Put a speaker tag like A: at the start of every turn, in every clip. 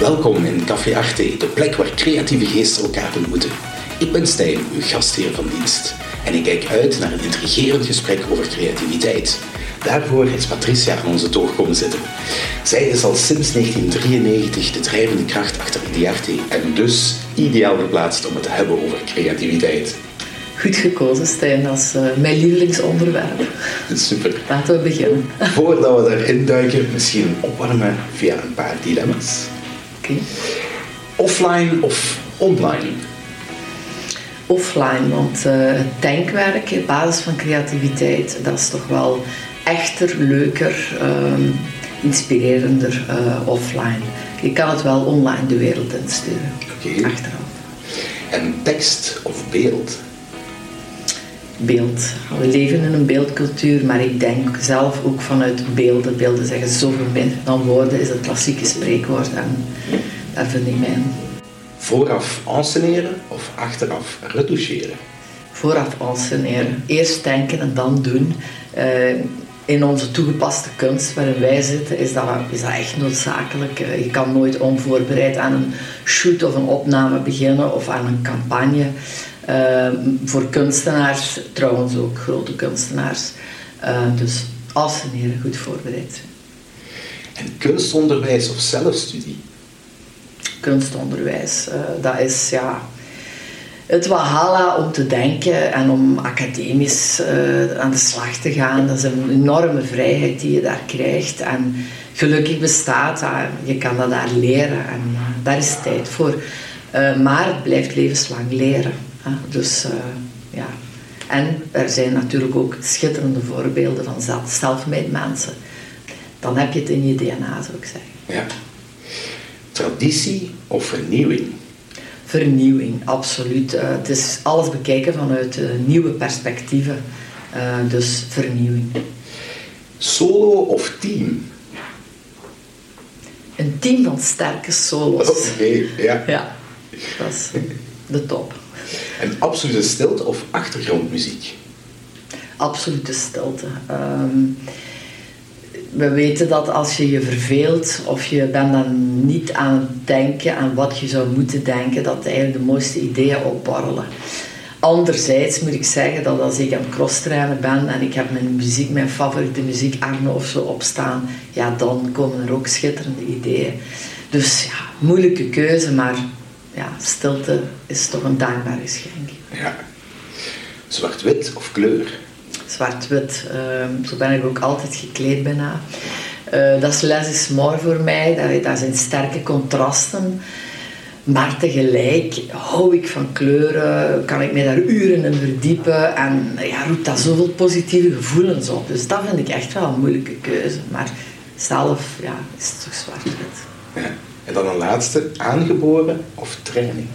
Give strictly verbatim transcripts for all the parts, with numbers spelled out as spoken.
A: Welkom in Café Arte, de plek waar creatieve geesten elkaar ontmoeten. Ik ben Stijn, uw gastheer van dienst. En ik kijk uit naar een intrigerend gesprek over creativiteit. Daarvoor is Patricia aan onze toog komen zitten. Zij is al sinds negentien drieënnegentig de drijvende kracht achter Idearte en dus ideaal geplaatst om het te hebben over creativiteit.
B: Goed gekozen, Stijn, dat is uh, mijn lievelingsonderwerp.
A: Super.
B: Laten we beginnen.
A: Voordat we daarin duiken, misschien opwarmen via een paar dilemma's.
B: Oké. Okay.
A: Offline of online?
B: Offline, want uh, het denkwerk, de basis van creativiteit, dat is toch wel echter, leuker, uh, inspirerender uh, offline. Je kan het wel online de wereld insturen.
A: Oké. Okay.
B: Achteraf.
A: En tekst of beeld?
B: Beeld. We leven in een beeldcultuur, maar ik denk zelf ook vanuit beelden. Beelden zeggen zoveel meer dan woorden, is het klassieke spreekwoord en daar vind ik mijn.
A: Vooraf enceneren of achteraf retoucheren?
B: Vooraf enceneren. Eerst denken en dan doen. Uh, in onze toegepaste kunst waarin wij zitten is dat, is dat echt noodzakelijk. Uh, je kan nooit onvoorbereid aan een shoot of een opname beginnen of aan een campagne. Uh, voor kunstenaars, trouwens ook grote kunstenaars. Uh, dus enceneren, goed voorbereid.
A: En kunstonderwijs of zelfstudie?
B: Kunstonderwijs, uh, dat is ja, het walhalla om te denken en om academisch uh, aan de slag te gaan. Dat is een enorme vrijheid die je daar krijgt. En gelukkig bestaat dat. Je kan dat daar leren en uh, daar is tijd voor. Uh, maar het blijft levenslang leren. Uh, dus uh, ja. En er zijn natuurlijk ook schitterende voorbeelden van self-made mensen. Dan heb je het in je D N A, zou ik zeggen.
A: Ja. Traditie of vernieuwing?
B: Vernieuwing, absoluut. Uh, het is alles bekijken vanuit uh, nieuwe perspectieven. Uh, dus vernieuwing.
A: Solo of team?
B: Een team van sterke solo's.
A: Oké, okay, ja.
B: Ja, dat is de top.
A: En absolute stilte of achtergrondmuziek?
B: Absolute stilte. Um, We weten dat als je je verveelt of je bent dan niet aan het denken aan wat je zou moeten denken, dat eigenlijk de mooiste ideeën opborrelen. Anderzijds moet ik zeggen dat als ik aan het crosstrainen ben en ik heb mijn muziek, mijn favoriete muziek, Arno of zo opstaan, ja, dan komen er ook schitterende ideeën. Dus ja, moeilijke keuze, maar ja, stilte is toch een dankbaar geschenk.
A: Ja. Zwart-wit of kleur?
B: Zwart-wit. Uh, zo ben ik ook altijd gekleed bijna. Uh, dat is less is more voor mij. Dat, dat zijn sterke contrasten. Maar tegelijk hou ik van kleuren. Kan ik mij daar uren in verdiepen. En ja, roept dat zoveel positieve gevoelens op. Dus dat vind ik echt wel een moeilijke keuze. Maar zelf ja, is het toch zwart-wit.
A: Ja. En dan een laatste. Aangeboren of training?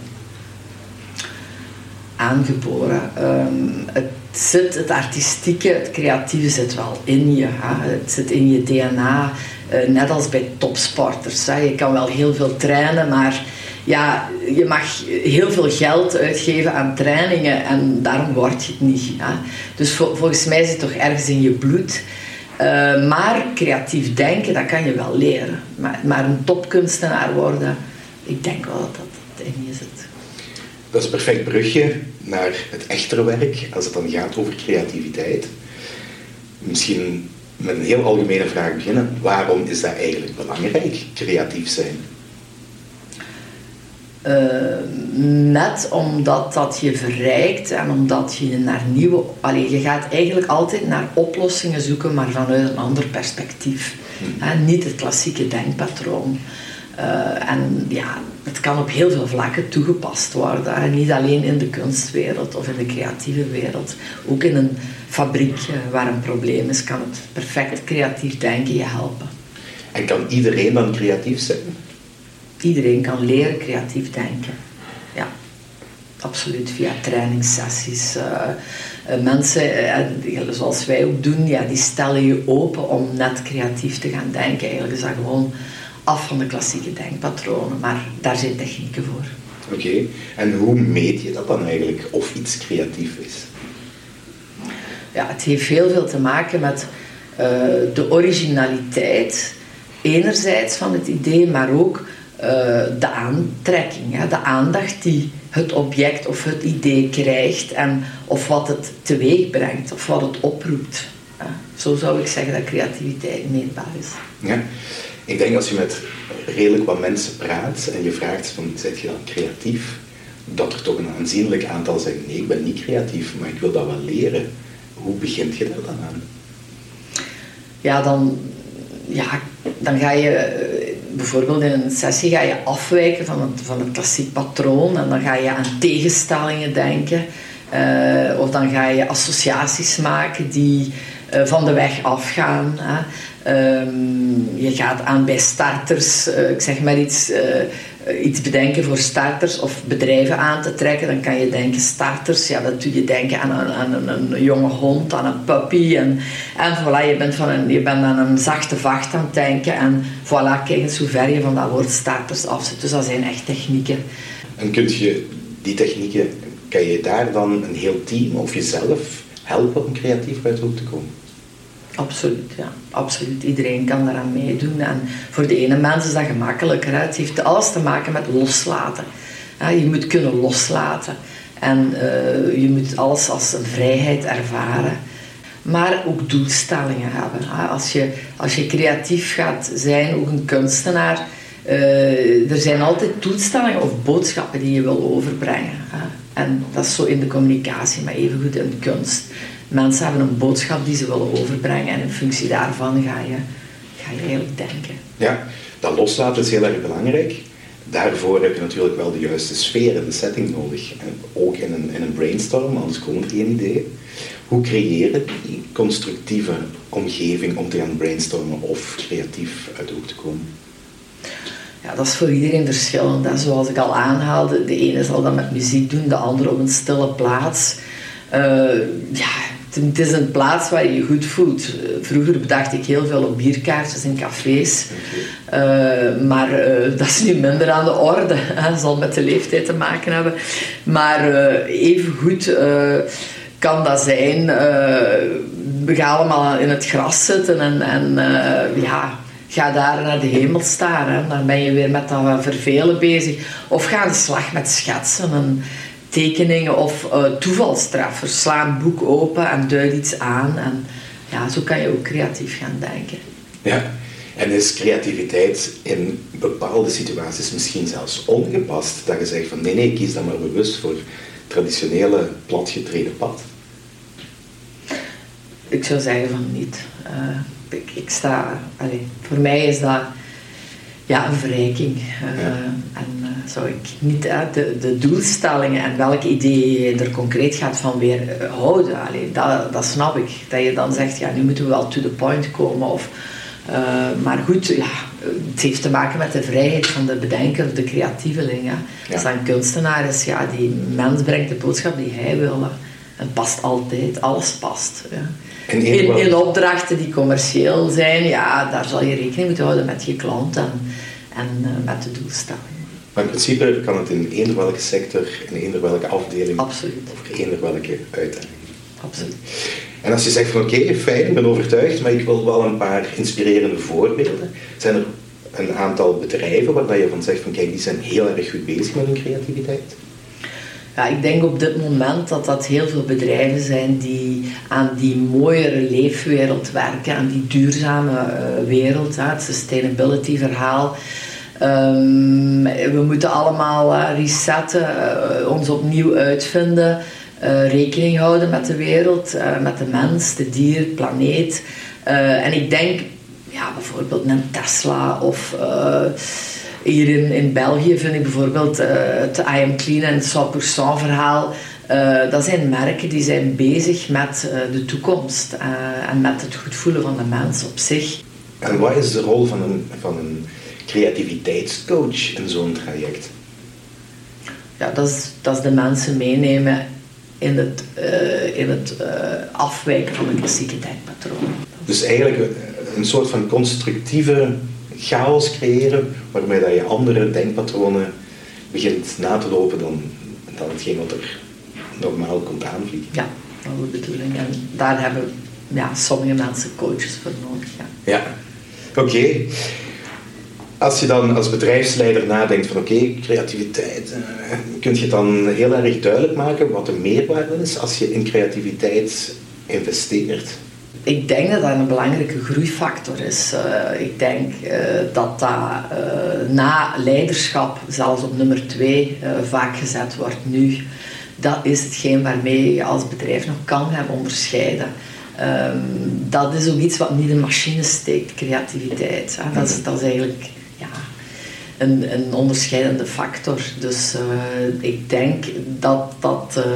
B: Aangeboren. Um, het zit, het artistieke, het creatieve zit wel in je. Hè. Het zit in je D N A, uh, net als bij topsporters. Hè. Je kan wel heel veel trainen, maar ja, je mag heel veel geld uitgeven aan trainingen en daarom word je het niet. Hè. Dus vol, volgens mij zit het toch ergens in je bloed. Uh, maar creatief denken, dat kan je wel leren. Maar, maar een topkunstenaar worden, ik denk wel dat dat in je zit.
A: Dat is een perfect brugje naar het echtere werk, als het dan gaat over creativiteit. Misschien met een heel algemene vraag beginnen. Waarom is dat eigenlijk belangrijk, creatief zijn?
B: Uh, net omdat dat je verrijkt en omdat je naar nieuwe... Allee, je gaat eigenlijk altijd naar oplossingen zoeken, maar vanuit een ander perspectief. Hmm. He, niet het klassieke denkpatroon. Uh, en ja, het kan op heel veel vlakken toegepast worden. En niet alleen in de kunstwereld of in de creatieve wereld. Ook in een fabriek uh, waar een probleem is, kan het perfect creatief denken je helpen.
A: En kan iedereen dan creatief zijn?
B: Iedereen kan leren creatief denken. Ja, absoluut. Via trainingssessies. Uh, uh, mensen, uh, zoals wij ook doen, ja, die stellen je open om net creatief te gaan denken. Eigenlijk is dat gewoon af van de klassieke denkpatronen, maar daar zijn technieken voor.
A: Oké, okay. En hoe meet je dat dan eigenlijk, of iets creatief is?
B: Ja, het heeft heel veel te maken met uh, de originaliteit, enerzijds van het idee, maar ook uh, de aantrekking, hè, de aandacht die het object of het idee krijgt en of wat het teweeg brengt of wat het oproept. Uh, zo zou ik zeggen dat creativiteit meetbaar is.
A: Ja, ik denk als je met redelijk wat mensen praat en je vraagt van, ben je dan creatief? Dat er toch een aanzienlijk aantal zeggen, nee, ik ben niet creatief, maar ik wil dat wel leren. Hoe begint je daar dan aan?
B: Ja, dan, ja, dan ga je bijvoorbeeld in een sessie ga je afwijken van het, van het klassiek patroon en dan ga je aan tegenstellingen denken. Uh, of dan ga je associaties maken die uh, van de weg afgaan. Hè. Um, je gaat aan bij starters, uh, ik zeg maar iets, uh, iets bedenken voor starters of bedrijven aan te trekken. Dan kan je denken starters, ja, dat doe je denken aan een, aan een, een jonge hond, aan een puppy. En, en voilà, je bent, van een, je bent aan een zachte vacht aan het denken. En voilà, kijk eens hoe ver je van dat woord starters af zit. Dus dat zijn echt technieken.
A: En kun je die technieken, kan je daar dan een heel team of jezelf helpen om creatief uit de hoek te komen?
B: Absoluut, ja. Absoluut. Iedereen kan daaraan meedoen. En voor de ene mens is dat gemakkelijker. Hè. Het heeft alles te maken met loslaten. Je moet kunnen loslaten. En uh, je moet alles als een vrijheid ervaren. Maar ook doelstellingen hebben. Hè. Als je, als je creatief gaat zijn, ook een kunstenaar, uh, er zijn altijd doelstellingen of boodschappen die je wil overbrengen. Hè. En dat is zo in de communicatie, maar evengoed in de kunst. Mensen hebben een boodschap die ze willen overbrengen en in functie daarvan ga je, ga je eigenlijk denken.
A: Ja, dat loslaten is heel erg belangrijk. Daarvoor heb je natuurlijk wel de juiste sfeer en de setting nodig. En ook in een, in een brainstorm, anders komen er geen ideeën. Hoe creëer je die constructieve omgeving om te gaan brainstormen of creatief uit de hoek te komen?
B: Ja, dat is voor iedereen verschillend. Hè. Zoals ik al aanhaalde, de ene zal dat met muziek doen, de andere op een stille plaats. Uh, ja, het is een plaats waar je je goed voelt. Vroeger bedacht ik heel veel op bierkaartjes in cafés. Okay. Uh, maar uh, dat is nu minder aan de orde. Dat zal met de leeftijd te maken hebben. Maar uh, evengoed uh, kan dat zijn. Uh, we gaan allemaal in het gras zitten en, en uh, ja, ga daar naar de hemel staren. Dan ben je weer met dat vervelen bezig. Of ga aan de slag met schetsen en tekeningen of uh, toevalstreffers. Sla een boek open en duid iets aan. En ja, zo kan je ook creatief gaan denken.
A: Ja, en is creativiteit in bepaalde situaties misschien zelfs ongepast? Dat je zegt van nee, nee, kies dan maar bewust voor traditionele platgetreden pad?
B: Ik zou zeggen van niet. Uh, ik, ik sta... Allez, voor mij is dat ja, een verrijking. Uh, ja. En uh, zou ik niet uh, de, de doelstellingen en welk idee je er concreet gaat van weer uh, houden. Allee, dat, dat snap ik. Dat je dan zegt, ja, nu moeten we wel to the point komen. Of, uh, maar goed, ja, het heeft te maken met de vrijheid van de bedenker of de creatieveling. Ja. Ja. Als dat een kunstenaar is, ja, die mens brengt de boodschap die hij wil. Het past altijd, alles past. Ja. In, in opdrachten die commercieel zijn, ja, daar zal je rekening moeten houden met je klant en, en uh, met de doelstelling.
A: Maar in principe kan het in eender welke sector, in eender welke afdeling,
B: absoluut,
A: of eender welke uitdaging.
B: Absoluut.
A: En als je zegt van oké, okay, fijn, ik ben overtuigd, maar ik wil wel een paar inspirerende voorbeelden. Zijn er een aantal bedrijven waar je van zegt van kijk, die zijn heel erg goed bezig met hun creativiteit?
B: Ja, ik denk op dit moment dat dat heel veel bedrijven zijn die aan die mooiere leefwereld werken, aan die duurzame uh, wereld, hè, het sustainability verhaal. Um, we moeten allemaal uh, resetten, uh, ons opnieuw uitvinden, uh, rekening houden met de wereld, uh, met de mens, de dier, planeet. Uh, en ik denk, ja, bijvoorbeeld een Tesla of... Uh, Hier in, in België vind ik bijvoorbeeld uh, het I Am Clean en het cent pour cent verhaal. Uh, dat zijn merken die zijn bezig met uh, de toekomst uh, en met het goed voelen van de mens op zich.
A: En wat is de rol van een, van een creativiteitscoach in zo'n traject?
B: Ja, dat is, dat is de mensen meenemen in het, uh, in het uh, afwijken van de klassieke denkpatroon.
A: Dus eigenlijk een, een soort van constructieve chaos creëren, waarmee dat je andere denkpatronen begint na te lopen dan, dan hetgeen wat er normaal komt aanvliegen.
B: Ja, dat is de bedoeling. En daar hebben ja, sommige mensen coaches voor nodig. Ja,
A: ja. Oké. Okay. Als je dan als bedrijfsleider nadenkt van oké, okay, creativiteit, uh, kun je dan heel erg duidelijk maken wat de meerwaarde is als je in creativiteit investeert?
B: Ik denk dat dat een belangrijke groeifactor is. Uh, ik denk uh, dat dat uh, na leiderschap zelfs op nummer twee uh, vaak gezet wordt nu. Dat is hetgeen waarmee je als bedrijf nog kan gaan onderscheiden. Um, dat is ook iets wat niet in machines steekt, creativiteit. Hè. Dat, is, dat is eigenlijk ja, een, een onderscheidende factor. Dus uh, ik denk dat dat, uh,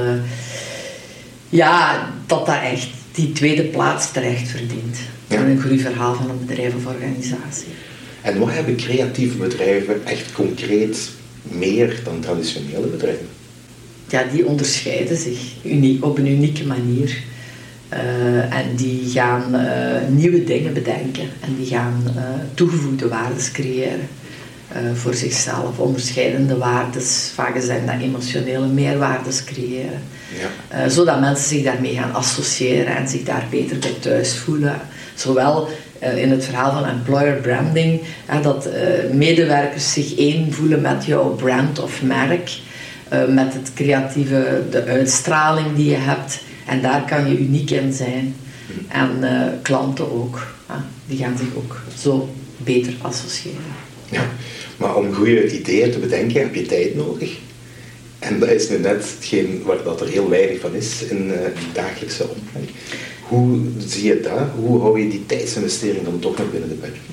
B: ja, dat dat echt die tweede plaats terecht verdient. Ja. In een groeiverhaal van een bedrijf of organisatie.
A: En wat hebben creatieve bedrijven echt concreet meer dan traditionele bedrijven?
B: Ja, die onderscheiden zich uniek, op een unieke manier. Uh, en die gaan uh, nieuwe dingen bedenken. En die gaan uh, toegevoegde waardes creëren. Uh, voor zichzelf. Onderscheidende waardes. Vaak zijn dat emotionele meerwaardes creëren. Ja. Uh, zodat mensen zich daarmee gaan associëren en zich daar beter bij thuis voelen. Zowel uh, in het verhaal van employer branding, uh, dat uh, medewerkers zich één voelen met jouw brand of merk, uh, met het creatieve, de uitstraling die je hebt. En daar kan je uniek in zijn. En uh, klanten ook. Uh, die gaan zich ook zo beter associëren.
A: Ja, maar om goede ideeën te bedenken heb je tijd nodig. En dat is nu net hetgeen waar dat er heel weinig van is in uh, die dagelijkse omgang. Hoe zie je dat? Hoe hou je die tijdsinvestering dan toch nog binnen de perken?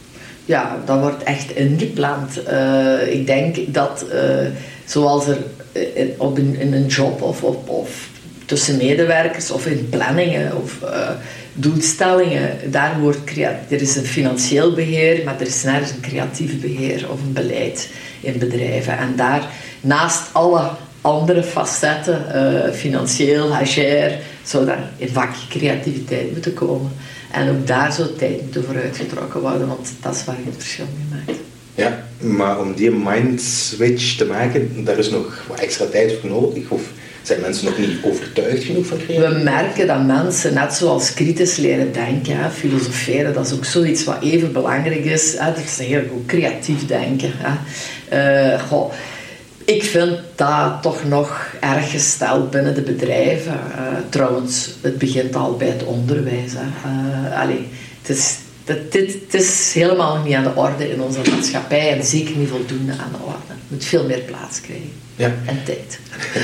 B: Ja, dat wordt echt ingepland. Uh, ik denk dat uh, zoals er uh, op een, in een job of, of, of tussen medewerkers of in planningen of uh, doelstellingen, daar hoort creatief. Er is een financieel beheer, maar er is nergens een creatief beheer of een beleid in bedrijven. En daar, naast alle andere facetten, uh, financieel, H R, zou daar een vakje creativiteit moeten komen. En ook daar zou tijd moeten vooruitgetrokken worden, want dat is waar je het verschil mee maakt.
A: Ja, maar om die mind switch te maken, daar is nog wat extra tijd voor nodig? Of zijn mensen nog niet overtuigd genoeg van creativiteit?
B: We merken dat mensen, net zoals kritisch leren denken, hè, filosoferen, dat is ook zoiets wat even belangrijk is. Hè, dat is heel goed creatief denken. Hè. Uh, goh, ik vind dat toch nog erg gesteld binnen de bedrijven. Uh, trouwens, het begint al bij het onderwijs. Hè. Uh, allez, het is, het, dit, het is helemaal nog niet aan de orde in onze maatschappij en zeker niet voldoende aan de orde. Het moet veel meer plaats krijgen.
A: Ja.
B: En tijd.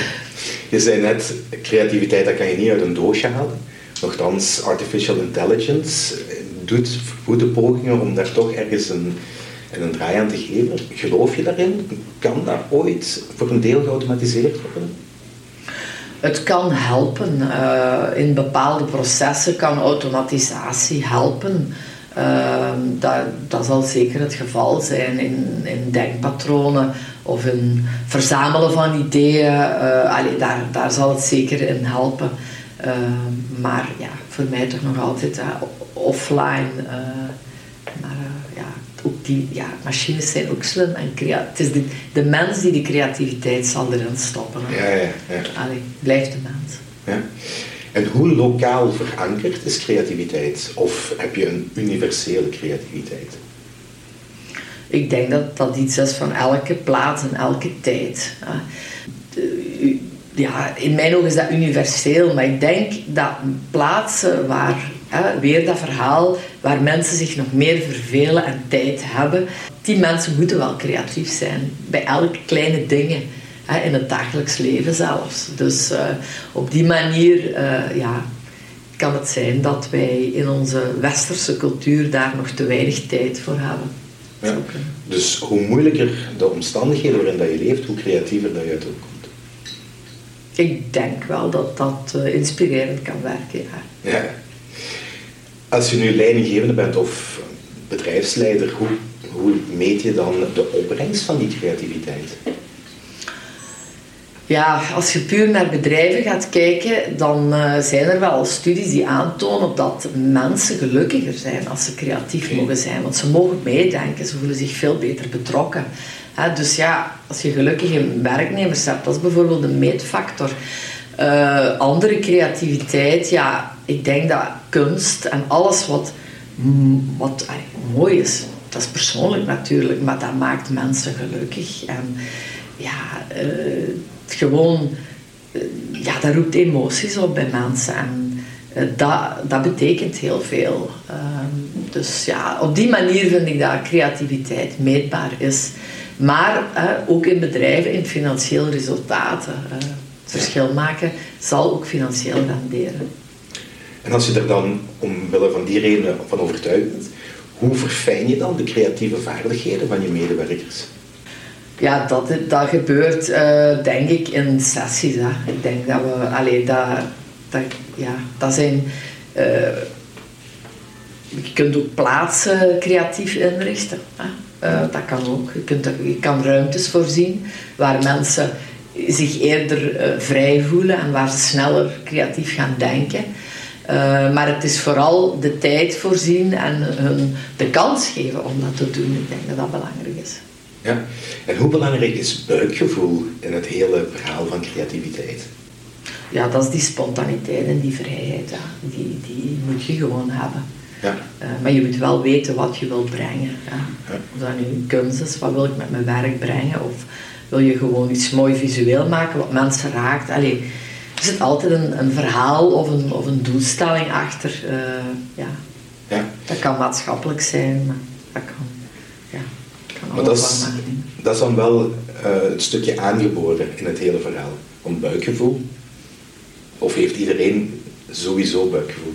A: Je zei net, creativiteit dat kan je niet uit een doosje halen. Nochtans, artificial intelligence doet goede pogingen om daar toch ergens een, een draai aan te geven. Geloof je daarin? Kan dat ooit voor een deel geautomatiseerd worden?
B: Het kan helpen. Uh, in bepaalde processen kan automatisatie helpen. Uh, dat, dat zal zeker het geval zijn in, in denkpatronen of in verzamelen van ideeën. Uh, allee, daar, daar zal het zeker in helpen. Uh, maar ja, voor mij toch nog altijd uh, offline. Uh, maar uh, ja, ook die, ja, machines zijn ook slim en creatief. Het is de, de mens die de creativiteit zal erin stoppen.
A: Ja, ja, ja.
B: Allee, blijft de mens.
A: Ja. En hoe lokaal verankerd is creativiteit? Of heb je een universele creativiteit?
B: Ik denk dat dat iets is van elke plaats en elke tijd. Ja, in mijn ogen is dat universeel, maar ik denk dat plaatsen waar, weer dat verhaal, waar mensen zich nog meer vervelen en tijd hebben, die mensen moeten wel creatief zijn, bij elke kleine dingen. In het dagelijks leven zelfs. Dus uh, op die manier uh, ja, kan het zijn dat wij in onze westerse cultuur daar nog te weinig tijd voor hebben.
A: Ja. Dus hoe moeilijker de omstandigheden waarin dat je leeft, hoe creatiever dat je uit ook komt.
B: Ik denk wel dat dat uh, inspirerend kan werken, ja.
A: Ja. Als je nu leidinggevende bent of bedrijfsleider, hoe, hoe meet je dan de opbrengst van die creativiteit?
B: Ja, als je puur naar bedrijven gaat kijken, dan uh, zijn er wel studies die aantonen dat mensen gelukkiger zijn als ze creatief okay. mogen zijn. Want ze mogen meedenken, ze voelen zich veel beter betrokken. He, dus ja, als je gelukkige werknemers hebt, dat is bijvoorbeeld een meetfactor. Uh, andere creativiteit, ja, ik denk dat kunst en alles wat, wat ay, mooi is, dat is persoonlijk natuurlijk, maar dat maakt mensen gelukkig. En ja, uh, gewoon, uh, ja, dat roept emoties op bij mensen. En uh, dat, dat betekent heel veel. Uh, dus ja, op die manier vind ik dat creativiteit meetbaar is. Maar uh, ook in bedrijven, in financiële resultaten. Uh, het verschil maken zal ook financieel renderen.
A: En als je er dan omwille van die redenen van overtuigd bent, hoe verfijn je dan de creatieve vaardigheden van je medewerkers?
B: Ja, dat, dat gebeurt uh, denk ik in sessies. Hè. Ik denk dat we, allee, dat, dat, ja, dat zijn, uh, je kunt ook plaatsen creatief inrichten. Hè. Uh, dat kan ook. Je, kunt, je kan ruimtes voorzien waar mensen zich eerder uh, vrij voelen en waar ze sneller creatief gaan denken. Uh, maar het is vooral de tijd voorzien en hun de kans geven om dat te doen. Ik denk dat dat belangrijk is.
A: Ja, en hoe belangrijk is buikgevoel in het hele verhaal van creativiteit?
B: Ja, dat is die spontaniteit en die vrijheid. Ja. Die, die moet je gewoon hebben.
A: Ja.
B: Uh, maar je moet wel weten wat je wilt brengen. Ja.
A: Ja.
B: Of dat nu kunst is, wat wil ik met mijn werk brengen? Of wil je gewoon iets mooi visueel maken wat mensen raakt? Allee, er zit altijd een, een verhaal of een, of een doelstelling achter. Uh, ja.
A: Ja.
B: Dat kan maatschappelijk zijn, maar dat kan, ja, kan
A: maar dat is, dat is dan wel uh, het stukje aangeboren in het hele verhaal. Om buikgevoel? Of heeft iedereen sowieso buikgevoel?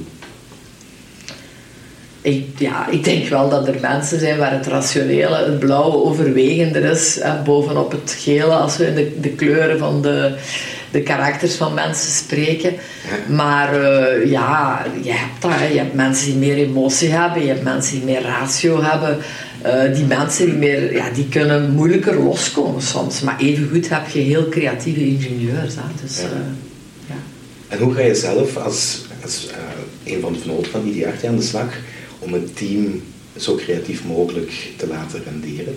B: Ik, ja, ik denk wel dat er mensen zijn waar het rationele, het blauwe overwegender is, hè, bovenop het gele, als we in de, de kleuren van de, de karakters van mensen spreken. Maar uh, ja, je hebt dat. Hè. Je hebt mensen die meer emotie hebben, je hebt mensen die meer ratio hebben. Uh, die mensen die, meer, ja, die kunnen moeilijker loskomen soms. Maar evengoed heb je heel creatieve ingenieurs. Hè. Dus,
A: ja.
B: Uh, ja.
A: En hoe ga je zelf als, als uh, een van de venoten van Idearte aan de slag om het team zo creatief mogelijk te laten renderen?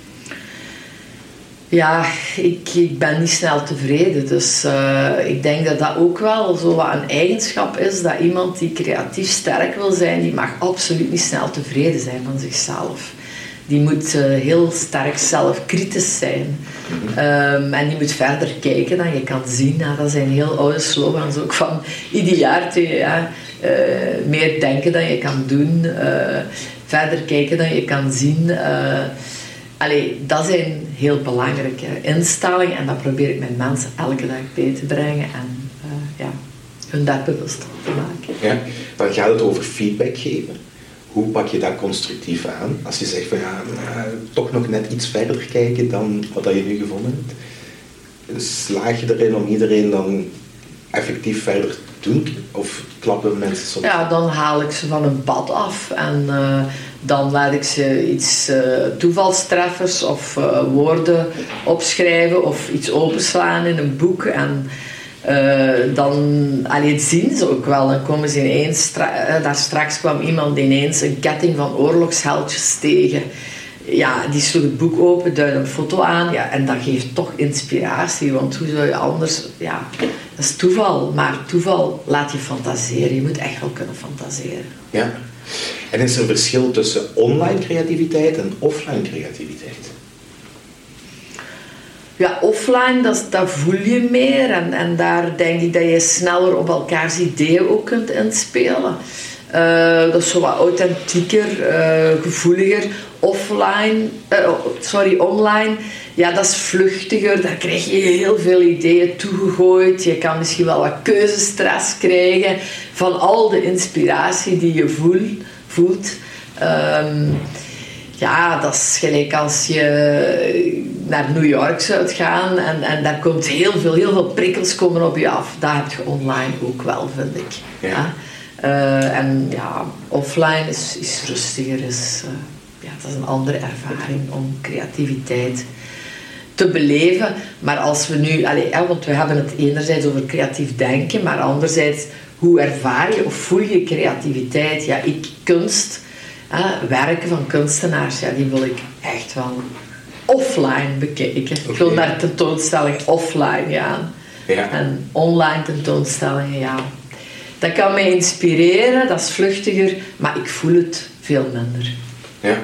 B: Ja, ik, ik ben niet snel tevreden. Dus uh, ik denk dat dat ook wel zo wat een eigenschap is. Dat iemand die creatief sterk wil zijn, die mag absoluut niet snel tevreden zijn van zichzelf. Die moet uh, heel sterk zelfkritisch zijn. Mm-hmm. um, en die moet verder kijken dan je kan zien. Ja, dat zijn heel oude slogans ook van Idearte. Ja. Uh, meer denken dan je kan doen. Uh, verder kijken dan je kan zien. Uh, allee, dat zijn heel belangrijke instellingen. En dat probeer ik met mensen elke dag bij te brengen. En uh, ja, hun daar bewust op te maken.
A: Ja, dan gaat het over feedback geven. Hoe pak je dat constructief aan? Als je zegt van ja, nou, toch nog net iets verder kijken dan wat je nu gevonden hebt. Slaag je erin om iedereen dan effectief verder te doen? Of klappen mensen soms?
B: Ja, dan haal ik ze van een pad af. En uh, dan laat ik ze iets uh, toevalstreffers of uh, woorden opschrijven of iets openslaan in een boek. En Uh, dan allee, zien ze ook wel. Dan komen ze ineens, stra- uh, daar straks kwam iemand ineens een ketting van oorlogsheldjes tegen. Ja, die sloeg het boek open, duidde een foto aan. Ja, en dat geeft toch inspiratie. Want hoe zou je anders... Ja, dat is toeval. Maar toeval laat je fantaseren. Je moet echt wel kunnen fantaseren.
A: Ja. En is er een verschil tussen online creativiteit en offline creativiteit?
B: Ja, offline, dat, dat voel je meer en, en daar denk ik dat je sneller op elkaars ideeën ook kunt inspelen. Uh, dat is zo wat authentieker, uh, gevoeliger. Offline, uh, sorry, online, ja, dat is vluchtiger. Daar krijg je heel veel ideeën toegegooid. Je kan misschien wel wat keuzestress krijgen van al de inspiratie die je voel, voelt. Um, ja, dat is gelijk als je naar New York zou gaan en, en daar komt heel veel, heel veel prikkels komen op je af. Dat heb je online ook wel, vind ik.
A: Ja.
B: Ja? Uh, en ja, offline is, is rustiger, is, uh, ja, dat is een andere ervaring om creativiteit te beleven. Maar als we nu, allez, hè, want we hebben het enerzijds over creatief denken, maar anderzijds, hoe ervaar je of voel je creativiteit? Ja, ik kunst, hè, werken van kunstenaars, ja, die wil ik echt wel offline bekijken. Okay. Ik wil naar tentoonstellingen offline gaan.
A: Ja.
B: En online tentoonstellingen, ja. Dat kan mij inspireren, dat is vluchtiger, maar ik voel het veel minder.
A: Ja.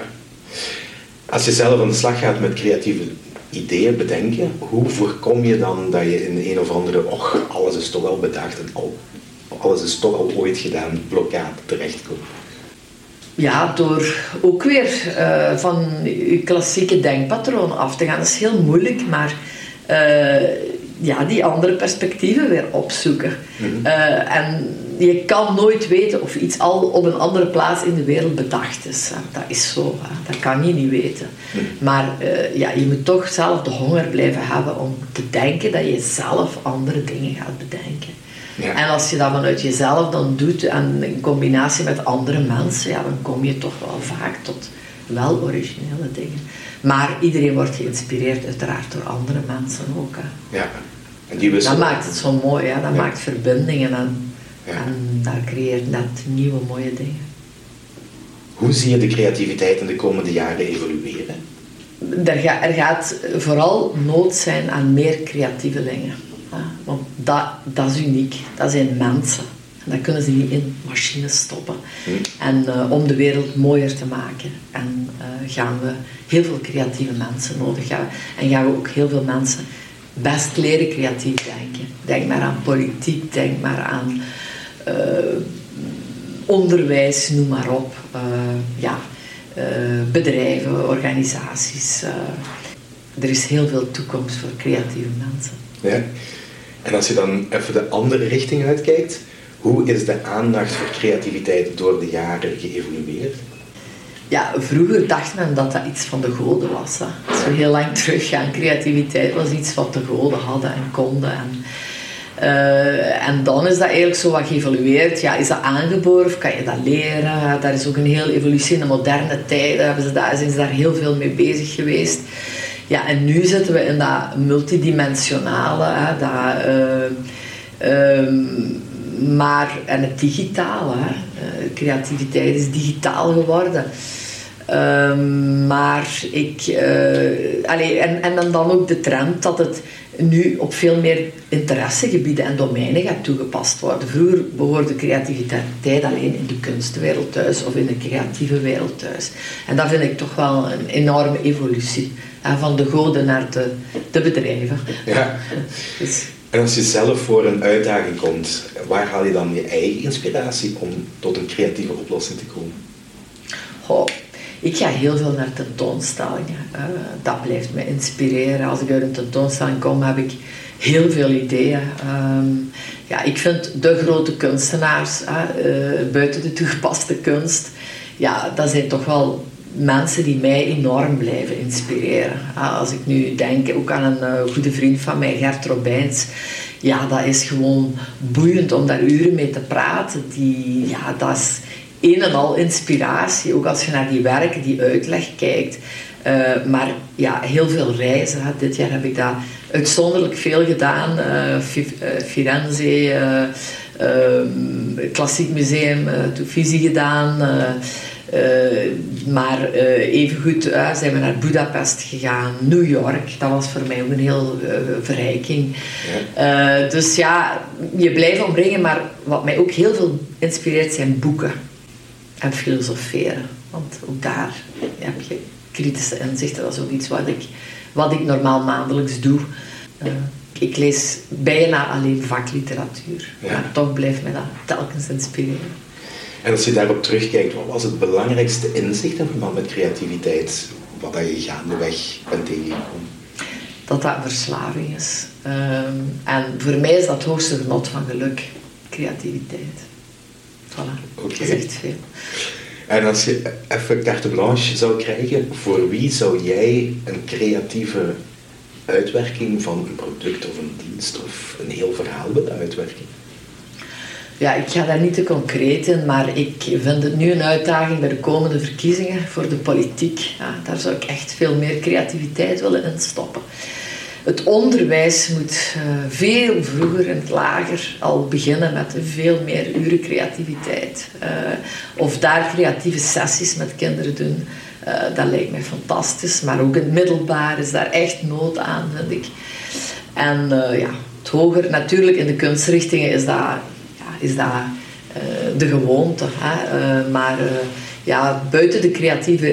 A: Als je zelf aan de slag gaat met creatieve ideeën bedenken, hoe voorkom je dan dat je in een of andere, och, alles is toch al bedacht en al, alles is toch al ooit gedaan, blokkade terechtkomt?
B: Ja, door ook weer uh, van je klassieke denkpatroon af te gaan. Dat is heel moeilijk, maar uh, ja, die andere perspectieven weer opzoeken. Mm-hmm. Uh, en je kan nooit weten of iets al op een andere plaats in de wereld bedacht is. Hè. Dat is zo, hè. Dat kan je niet weten. Mm-hmm. Maar uh, ja, je moet toch zelf de honger blijven hebben om te denken dat je zelf andere dingen gaat bedenken. Ja. En als je dat vanuit jezelf dan doet en in combinatie met andere mensen, ja, dan kom je toch wel vaak tot wel originele dingen. Maar iedereen wordt geïnspireerd uiteraard door andere mensen ook. Hè.
A: Ja. En die wisselen...
B: Dat maakt het zo mooi, hè. Dat
A: ja.
B: maakt verbindingen en, ja. en dat creëert net nieuwe mooie dingen.
A: Hoe zie je de creativiteit in de komende jaren evolueren?
B: Er, ga, er gaat vooral nood zijn aan meer creatievelingen. Want dat, dat is uniek. Dat zijn mensen. En dat kunnen ze niet in machines stoppen. Hmm. En uh, om de wereld mooier te maken. En uh, gaan we heel veel creatieve mensen nodig hebben. En gaan we ook heel veel mensen best leren creatief denken. Denk maar aan politiek, denk maar aan uh, onderwijs, noem maar op. Uh, ja, uh, bedrijven, organisaties. Uh, er is heel veel toekomst voor creatieve mensen.
A: Ja. En als je dan even de andere richting uitkijkt, hoe is de aandacht voor creativiteit door de jaren geëvolueerd?
B: Ja, vroeger dacht men dat dat iets van de goden was. Hè. Als we heel lang teruggaan, creativiteit was iets wat de goden hadden en konden. En, uh, en dan is dat eigenlijk zo wat geëvolueerd. Ja, is dat aangeboren of kan je dat leren? Daar is ook een hele evolutie in de moderne tijd. Hebben ze daar, zijn ze daar heel veel mee bezig geweest. Ja, en nu zitten we in dat multidimensionale, hè, dat, uh, um, maar, en het digitale. Hè. Uh, creativiteit is digitaal geworden. Um, maar ik... Uh, allez, en, en dan, dan ook de trend dat het nu op veel meer interessegebieden en domeinen gaat toegepast worden. Vroeger behoorde creativiteit alleen in de kunstwereld thuis of in de creatieve wereld thuis. En dat vind ik toch wel een enorme evolutie. Van de goden naar de, de bedrijven.
A: Ja. Dus. En als je zelf voor een uitdaging komt, waar haal je dan je eigen inspiratie om tot een creatieve oplossing te komen?
B: Goh, ik ga heel veel naar tentoonstellingen. Uh, dat blijft me inspireren. Als ik uit een tentoonstelling kom, heb ik heel veel ideeën. Um, ja, ik vind de grote kunstenaars, uh, buiten de toegepaste kunst, ja, dat zijn toch wel mensen die mij enorm blijven inspireren. Als ik nu denk ook aan een goede vriend van mij, Gert Robijns. Ja, dat is gewoon boeiend om daar uren mee te praten. Die, ja, dat is een en al inspiratie. Ook als je naar die werken, die uitleg kijkt. Uh, maar ja, heel veel reizen. Hè. Dit jaar heb ik daar uitzonderlijk veel gedaan. Uh, Firenze, uh, uh, Klassiek Museum, uh, Uffizi gedaan. Uh, Uh, maar uh, evengoed uh, zijn we naar Budapest gegaan, New York, dat was voor mij ook een heel uh, verrijking. Ja. Uh, dus ja, je blijft omringen, maar wat mij ook heel veel inspireert zijn boeken en filosoferen. Want ook daar heb je kritische inzichten, dat is ook iets wat ik, wat ik normaal maandelijks doe. Uh, ik lees bijna alleen vakliteratuur, ja. Maar toch blijft mij dat telkens inspireren.
A: En als je daarop terugkijkt, wat was het belangrijkste inzicht in verband met creativiteit, wat je gaandeweg bent tegengekomen?
B: Dat dat een verslaving is. Um, en voor mij is dat het hoogste genot van geluk, creativiteit. Voilà, okay. Dat is echt veel.
A: En als je even carte blanche zou krijgen, voor wie zou jij een creatieve uitwerking van een product of een dienst of een heel verhaal willen uitwerken?
B: Ja, ik ga daar niet te concreet in, maar ik vind het nu een uitdaging bij de komende verkiezingen voor de politiek. Ja, daar zou ik echt veel meer creativiteit willen instoppen. Het onderwijs moet uh, veel vroeger in het lager al beginnen met veel meer uren creativiteit. Uh, of daar creatieve sessies met kinderen doen, uh, dat lijkt mij fantastisch. Maar ook in het middelbaar is daar echt nood aan, vind ik. En uh, ja, het hoger, natuurlijk in de kunstrichtingen is dat... is dat uh, de gewoonte. Hè? Uh, maar uh, ja, buiten de creatieve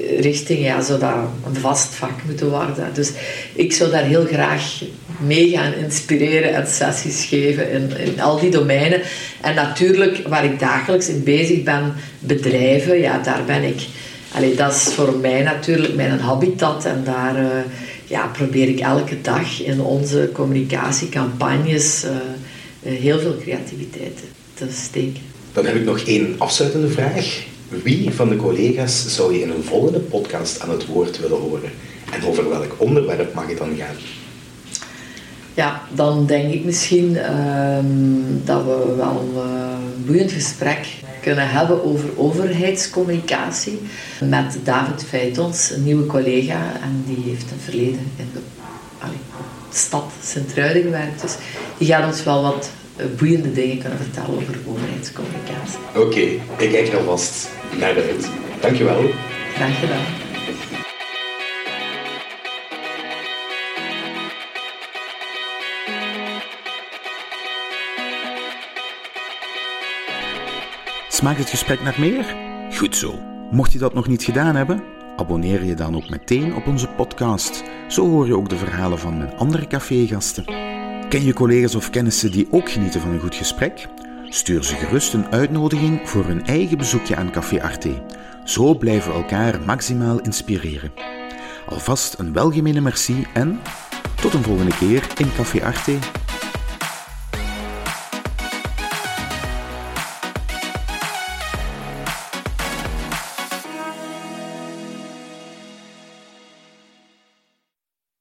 B: richting, ja, zou dat een vast vak moeten worden. Dus ik zou daar heel graag mee gaan inspireren en sessies geven in, in al die domeinen. En natuurlijk, waar ik dagelijks in bezig ben, bedrijven, ja, daar ben ik... Allee, dat is voor mij natuurlijk mijn habitat en daar uh, ja, probeer ik elke dag in onze communicatiecampagnes uh, uh, heel veel creativiteit te steken.
A: Dan heb ik nog één afsluitende vraag. Wie van de collega's zou je in een volgende podcast aan het woord willen horen? En over welk onderwerp mag het dan gaan?
B: Ja, dan denk ik misschien uh, dat we wel een boeiend gesprek kunnen hebben over overheidscommunicatie met David Feitons, een nieuwe collega, en die heeft een verleden in de allee, stad Sint-Truiden gewerkt. Dus die gaat ons wel wat boeiende dingen kunnen vertellen over overheidscommunicatie.
A: Oké, okay, ik kijk er alvast naar uit. Dankjewel.
B: Graag gedaan.
C: Smaakt het gesprek naar meer? Goed zo. Mocht je dat nog niet gedaan hebben, abonneer je dan ook meteen op onze podcast. Zo hoor je ook de verhalen van mijn andere cafégasten. Ken je collega's of kennissen die ook genieten van een goed gesprek? Stuur ze gerust een uitnodiging voor hun eigen bezoekje aan Café Arte. Zo blijven we elkaar maximaal inspireren. Alvast een welgemene merci en tot een volgende keer in Café Arte.